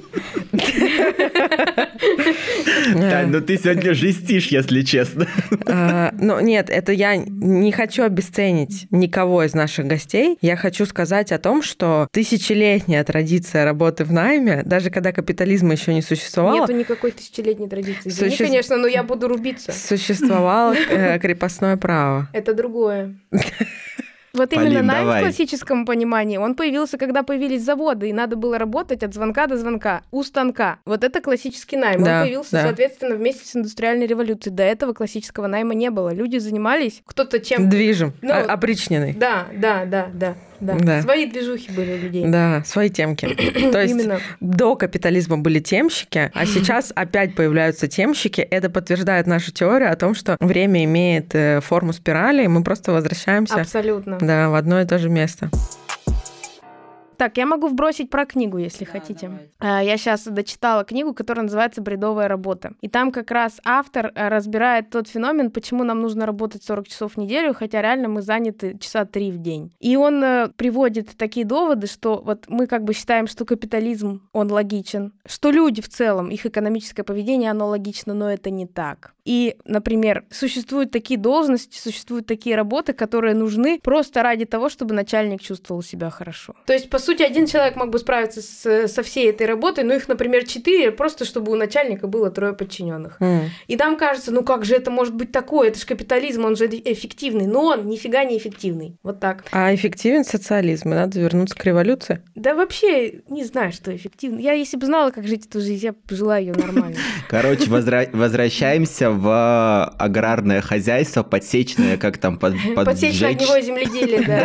Тань, ну ты сегодня жестишь, если честно. Ну нет, это я не хочу обесценить никого из наших гостей. Я хочу сказать о том, что тысячелетняя традиция работы в найме, даже когда капитализма еще не существовало... Нету никакой тысячелетней традиции. Извини, Суще... конечно, но я буду рубиться. Существовало крепостное право. Это другое. Вот Полин, именно найм давай. в классическом понимании, он появился, когда появились заводы, и надо было работать от звонка до звонка, у станка. Вот это классический найм. Да, он появился, да. соответственно, вместе с индустриальной революцией. До этого классического найма не было. Люди занимались, кто-то чем... Движем, Ну, о- опричненный. Да, да, да, да, да. Да. Свои движухи были у людей. Да, свои темки. То есть Именно. до капитализма были темщики, а сейчас опять появляются темщики. Это подтверждает нашу теорию о том, что время имеет э, форму спирали, и мы просто возвращаемся Абсолютно. да, в одно и то же место. Так, я могу вбросить про книгу, если хотите. А, Я сейчас дочитала книгу, которая называется «Бредовая работа». И там как раз автор а, разбирает тот феномен, почему нам нужно работать сорок часов в неделю, хотя реально мы заняты часа три в день. И он э, приводит такие доводы, что вот мы как бы считаем, что капитализм, он логичен, что люди в целом, их экономическое поведение, оно логично, но это не так. И, например, существуют такие должности, существуют такие работы, которые нужны просто ради того, чтобы начальник чувствовал себя хорошо. То есть, по сути, один человек мог бы справиться с, со всей этой работой, но их, например, четыре, просто чтобы у начальника было трое подчиненных. Mm. И нам кажется, ну как же это может быть такое? Это же капитализм, он же эффективный. Но он нифига не эффективный. Вот так. А эффективен социализм, и надо вернуться к революции. Да вообще не знаю, что эффективно. Я, если бы знала, как жить эту жизнь, я бы жила ее нормально. Короче, возра- возвращаемся в аграрное хозяйство, подсечное, как там, под, Подсечное поджечь. огневое земледелие,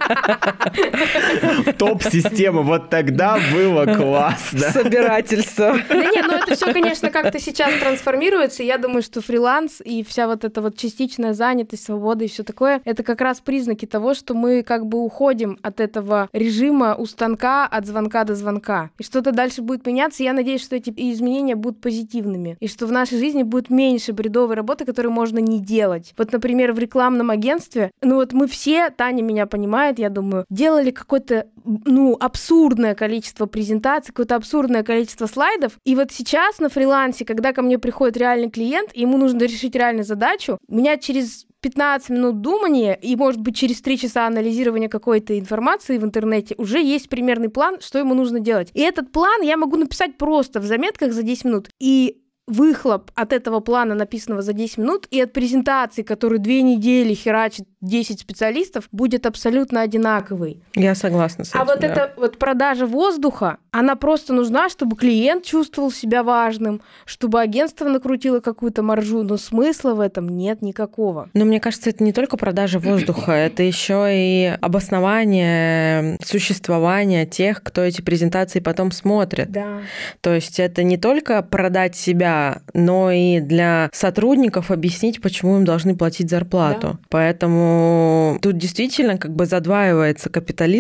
да. Топ-система, вот тогда было классно. Собирательство. Да нет, ну это все, конечно, как-то сейчас трансформируется. И я думаю, что фриланс и вся вот эта вот частичная занятость, свобода и все такое, это как раз признаки того, что мы как бы уходим от этого режима у станка, от звонка до звонка. И что-то дальше будет меняться. Я надеюсь, что эти изменения будут позитивными. И что в нашей жизни будет меньше бредовой работы, которую можно не делать. Вот, например, в рекламном агентстве, ну вот мы все, Таня меня понимает, я думаю, делали какое-то, ну, абсурдное количество презентаций, какое-то абсурдное количество слайдов. И вот сейчас на фрилансе, когда ко мне приходит реальный клиент, и ему нужно решить реальную задачу, меня через пятнадцать минут думания и, может быть, через три часа анализирования какой-то информации в интернете уже есть примерный план, что ему нужно делать. И этот план я могу написать просто в заметках за десять минут. И выхлоп от этого плана, написанного за десять минут, и от презентации, которую две недели херачит десять специалистов, будет абсолютно одинаковый. Я согласна с этим. А вот да. эта вот продажа воздуха, она просто нужна, чтобы клиент чувствовал себя важным, чтобы агентство накрутило какую-то маржу, но смысла в этом нет никакого. Но мне кажется, это не только продажа воздуха, это еще и обоснование существования тех, кто эти презентации потом смотрит. Да. То есть это не только продать себя, но и для сотрудников объяснить, почему им должны платить зарплату. Да. Поэтому тут действительно как бы задваивается капитализм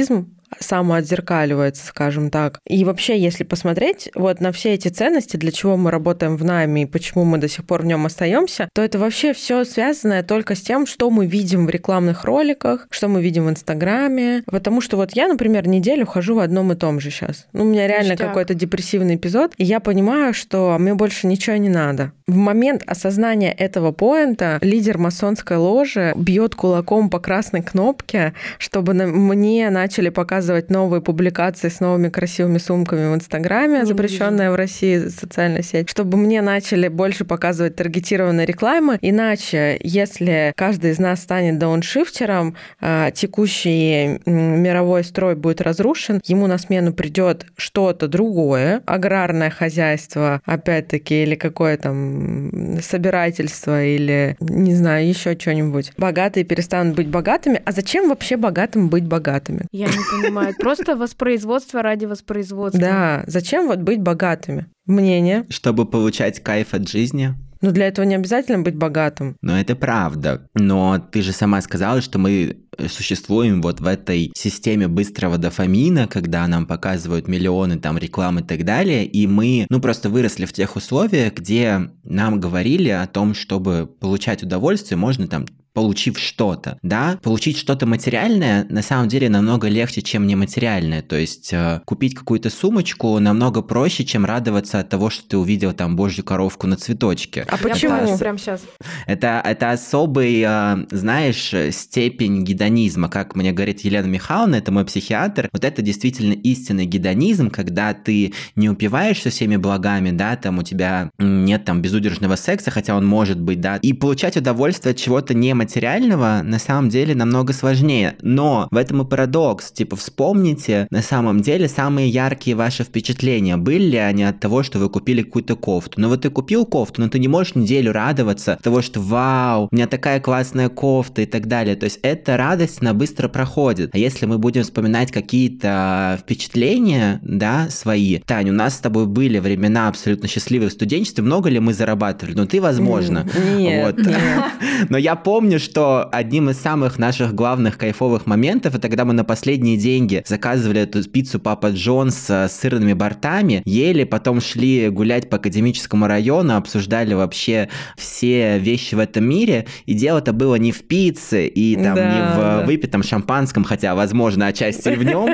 самоотзеркаливается, скажем так. И вообще, если посмотреть вот на все эти ценности, для чего мы работаем в найме и почему мы до сих пор в нем остаемся, то это вообще все связанное только с тем, что мы видим в рекламных роликах, что мы видим в Инстаграме. Потому что вот я, например, неделю хожу в одном и том же сейчас. Ну, у меня реально Ништяк. какой-то депрессивный эпизод, и я понимаю, что мне больше ничего не надо. В момент осознания этого поинта лидер масонской ложи бьет кулаком по красной кнопке, чтобы на- мне начали показывать новые публикации с новыми красивыми сумками в Инстаграме, запрещенная в России социальная сеть, чтобы мне начали больше показывать таргетированные рекламы. Иначе, если каждый из нас станет дауншифтером, а, текущий м, мировой строй будет разрушен, ему на смену придет что-то другое, аграрное хозяйство, опять-таки, или какое там собирательство, или, не знаю, еще что-нибудь. Богатые перестанут быть богатыми. А зачем вообще богатым быть богатыми? Я не понимаю. Просто воспроизводство ради воспроизводства. Да, зачем вот быть богатыми? Мнение. Чтобы получать кайф от жизни. Но для этого не обязательно быть богатым. Но это правда. Но ты же сама сказала, что мы существуем вот в этой системе быстрого дофамина, когда нам показывают миллионы там реклам и так далее, и мы, ну, просто выросли в тех условиях, где нам говорили о том, чтобы получать удовольствие, можно там получив что-то, да, получить что-то материальное на самом деле намного легче, чем нематериальное, то есть э, купить какую-то сумочку намного проще, чем радоваться от того, что ты увидел там божью коровку на цветочке. А Я почему? плачу прямо сейчас. Это, это особый, э, знаешь, степень гедонизма, как мне говорит Елена Михайловна, это мой психиатр, вот это действительно истинный гедонизм, когда ты не упиваешься всеми благами, да, там у тебя нет там безудержного секса, хотя он может быть, да, и получать удовольствие от чего-то не материального на самом деле намного сложнее. Но в этом и парадокс. Типа, вспомните на самом деле самые яркие ваши впечатления. Были ли они от того, что вы купили какую-то кофту? Ну вот ты купил кофту, но ты не можешь неделю радоваться от того, что вау, у меня такая классная кофта и так далее. То есть эта радость, она быстро проходит. А если мы будем вспоминать какие-то впечатления, да, свои. Тань, у нас с тобой были времена абсолютно счастливых в студенчестве. Много ли мы зарабатывали? Ну ты, возможно. Нет, Вот. нет. Но я помню, что одним из самых наших главных кайфовых моментов, это когда мы на последние деньги заказывали эту пиццу Папа Джонс с сырными бортами, ели, потом шли гулять по академическому району, обсуждали вообще все вещи в этом мире, и дело-то было не в пицце и там Да, не в да. выпитом шампанском, хотя, возможно, отчасти и в нем,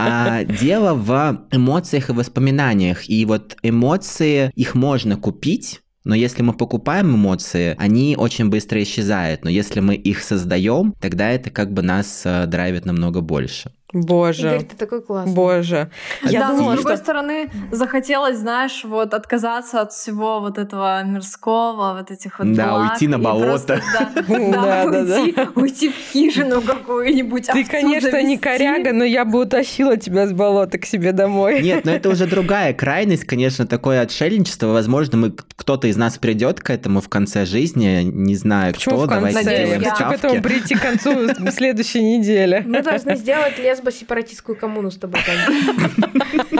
а дело в эмоциях и воспоминаниях. И вот эмоции, их можно купить, но если мы покупаем эмоции, они очень быстро исчезают. Но если мы их создаем, тогда это как бы нас э, драйвит намного больше. Боже. Игорь, ты такой классный. Боже. Я да, но думала, с другой что... стороны, захотелось, знаешь, вот отказаться от всего вот этого мирского, вот этих вот Да, благ, уйти на и болото. просто, да, Да, да, да, уйти, уйти в хижину какую-нибудь. Ты, овцу конечно, не завести. коряга, но я бы утащила тебя с болота к себе домой. Нет, но это уже другая крайность, конечно, такое отшельничество. Возможно, мы, кто-то из нас придет к этому в конце жизни, не знаю Почему кто, в конце? давайте Надеюсь, сделаем Я хочу к ставки. этому прийти к концу следующей недели. Мы должны сделать лесбо-сепаратистскую коммуну с тобой. Тань.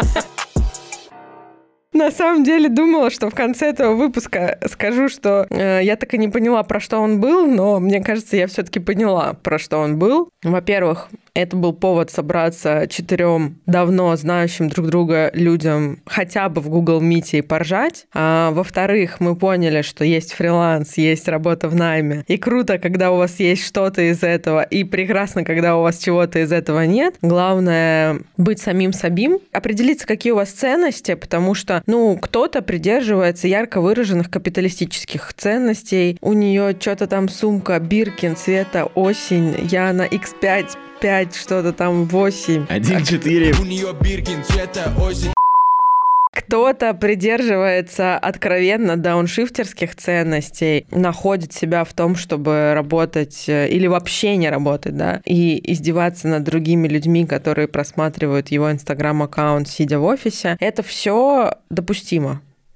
На самом деле думала, что в конце этого выпуска скажу, что э, я так и не поняла, про что он был, но мне кажется, я все-таки поняла, про что он был. Во-первых, это был повод собраться четырем давно знающим друг друга людям хотя бы в Google Meet и поржать. А, во-вторых, мы поняли, что есть фриланс, есть работа в найме. И круто, когда у вас есть что-то из этого, и прекрасно, когда у вас чего-то из этого нет. Главное быть самим собим, определиться, какие у вас ценности, потому что, ну, кто-то придерживается ярко выраженных капиталистических ценностей. У нее что-то там сумка Биркин цвета осень, я на икс пять пять, что-то там восемь. Один четыре. У нее Биркин цвета осень. Кто-то придерживается откровенно дауншифтерских ценностей, находит себя в том, чтобы работать или вообще не работать, да, и издеваться над другими людьми, которые просматривают его инстаграм-аккаунт, сидя в офисе. Это все допустимо.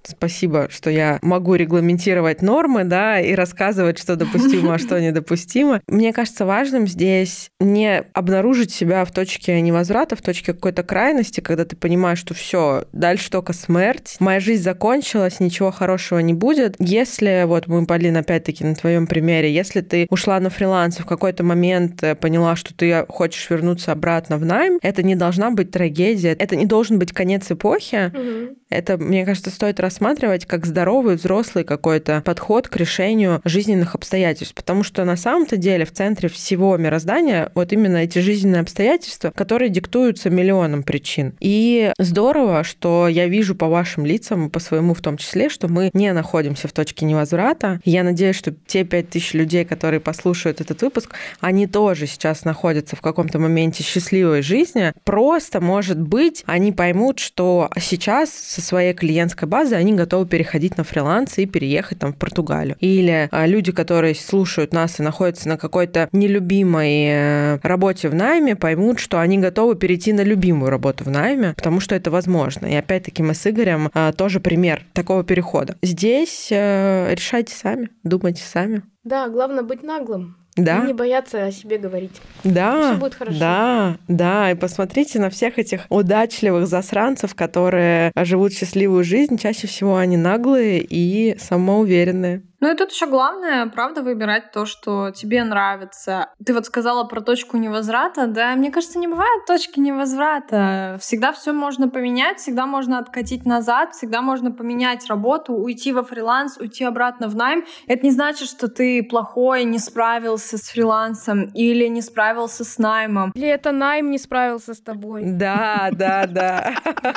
Спасибо, что я могу регламентировать нормы, да, и рассказывать, что допустимо, а что недопустимо. Мне кажется важным здесь не обнаружить себя в точке невозврата, в точке какой-то крайности, когда ты понимаешь, что все, дальше только смерть, моя жизнь закончилась, ничего хорошего не будет. Если, вот мы, Полин, опять-таки на твоем примере, если ты ушла на фриланс и в какой-то момент поняла, что ты хочешь вернуться обратно в найм, это не должна быть трагедия, это не должен быть конец эпохи. Угу. Это, мне кажется, стоит рассматривать как здоровый, взрослый какой-то подход к решению жизненных обстоятельств. Потому что на самом-то деле в центре всего мироздания вот именно эти жизненные обстоятельства, которые диктуются миллионом причин. И здорово, что я вижу по вашим лицам, по своему в том числе, что мы не находимся в точке невозврата. И я надеюсь, что те пять тысяч людей, которые послушают этот выпуск, они тоже сейчас находятся в каком-то моменте счастливой жизни. Просто, может быть, они поймут, что сейчас со своей клиентской базы они готовы переходить на фриланс и переехать там в Португалию. Или а, люди, которые слушают нас и находятся на какой-то нелюбимой работе в найме, поймут, что они готовы перейти на любимую работу в найме, потому что это возможно. И опять-таки мы с Игорем а, тоже пример такого перехода. Здесь а, решайте сами, думайте сами. Да, главное быть наглым. Да. И не бояться о себе говорить. Да, все будет хорошо. Да, да. И посмотрите на всех этих удачливых засранцев, которые живут счастливую жизнь. Чаще всего они наглые и самоуверенные. Ну и тут еще главное, правда, выбирать то, что тебе нравится. Ты вот сказала про точку невозврата. Да, мне кажется, не бывает точки невозврата. Всегда все можно поменять, всегда можно откатить назад, всегда можно поменять работу, уйти во фриланс, уйти обратно в найм. Это не значит, что ты плохой, не справился с фрилансом или не справился с наймом. Или это найм не справился с тобой. Да, да, да.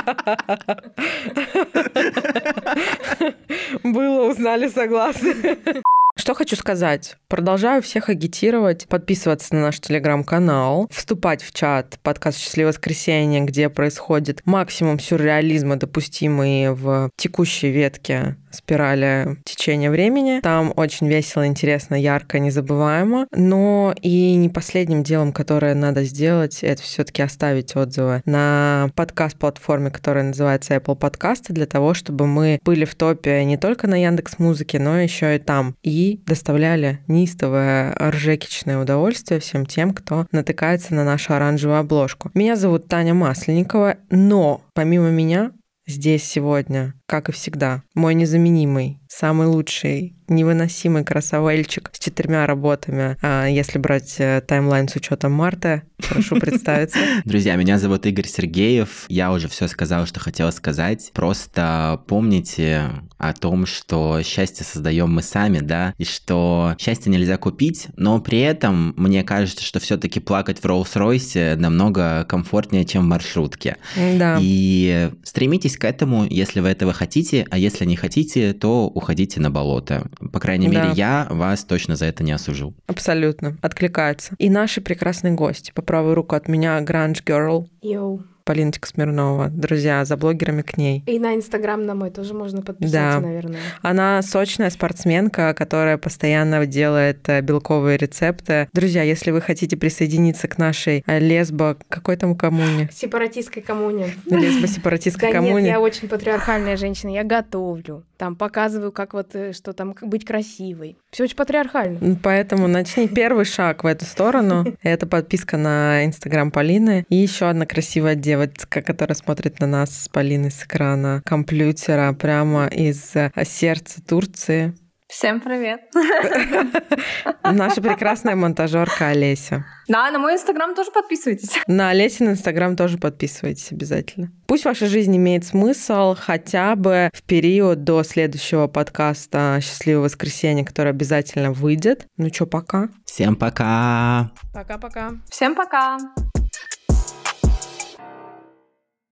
Было, узнали, согласны. Что хочу сказать. Продолжаю всех агитировать, подписываться на наш телеграм-канал, вступать в чат подкаст «Счастливое воскресенье», где происходит максимум сюрреализма, допустимый в текущей ветке спирали течения времени. Там очень весело, интересно, ярко, незабываемо. Но и не последним делом, которое надо сделать, это все-таки оставить отзывы на подкаст-платформе, которая называется Apple Podcasts, для того, чтобы мы были в топе не только на Яндекс.Музыке, но еще и там. И доставляли неистовое ржекичное удовольствие всем тем, кто натыкается на нашу оранжевую обложку. Меня зовут Таня Масленникова, но помимо меня здесь сегодня, как и всегда, мой незаменимый, самый лучший, невыносимый красавельчик с четырьмя работами. А если брать таймлайн с учетом марта, прошу представиться. Друзья, меня зовут Игорь Сергеев. Я уже все сказал, что хотела сказать. Просто помните о том, что счастье создаем мы сами, да, и что счастье нельзя купить, но при этом мне кажется, что все-таки плакать в Роллс-Ройсе намного комфортнее, чем в маршрутке. Да. И стремитесь к этому, если вы этого хотите, а если не хотите, то уходите на болото. По крайней мере, да. я вас точно за это не осужу. Абсолютно. Откликается. И наши прекрасные гости. По правую руку от меня Grunge Girl. Йоу. Полиночка Смирнова. Друзья, за блогерами к ней. И на Инстаграм на мой тоже можно подписаться, да. наверное. Она сочная спортсменка, которая постоянно делает белковые рецепты. Друзья, если вы хотите присоединиться к нашей лесбо... Какой там коммуне? Сепаратистской коммуне. Лесбо-сепаратистской да коммуне. Нет, я очень патриархальная женщина. Я готовлю. Там показываю, как вот, что там быть красивой. Все очень патриархально. Поэтому начни первый шаг в эту сторону. Это подписка на Инстаграм Полины. И еще одна красивая девочка, которая смотрит на нас с Полиной с экрана компьютера прямо из сердца Турции. Всем привет. Наша прекрасная монтажерка Олеся. Да, на мой Инстаграм тоже подписывайтесь. На Олесин Инстаграм тоже подписывайтесь обязательно. Пусть ваша жизнь имеет смысл хотя бы в период до следующего подкаста «Счастливое воскресенье», который обязательно выйдет. Ну чё, пока. Всем пока. Пока-пока. Всем пока.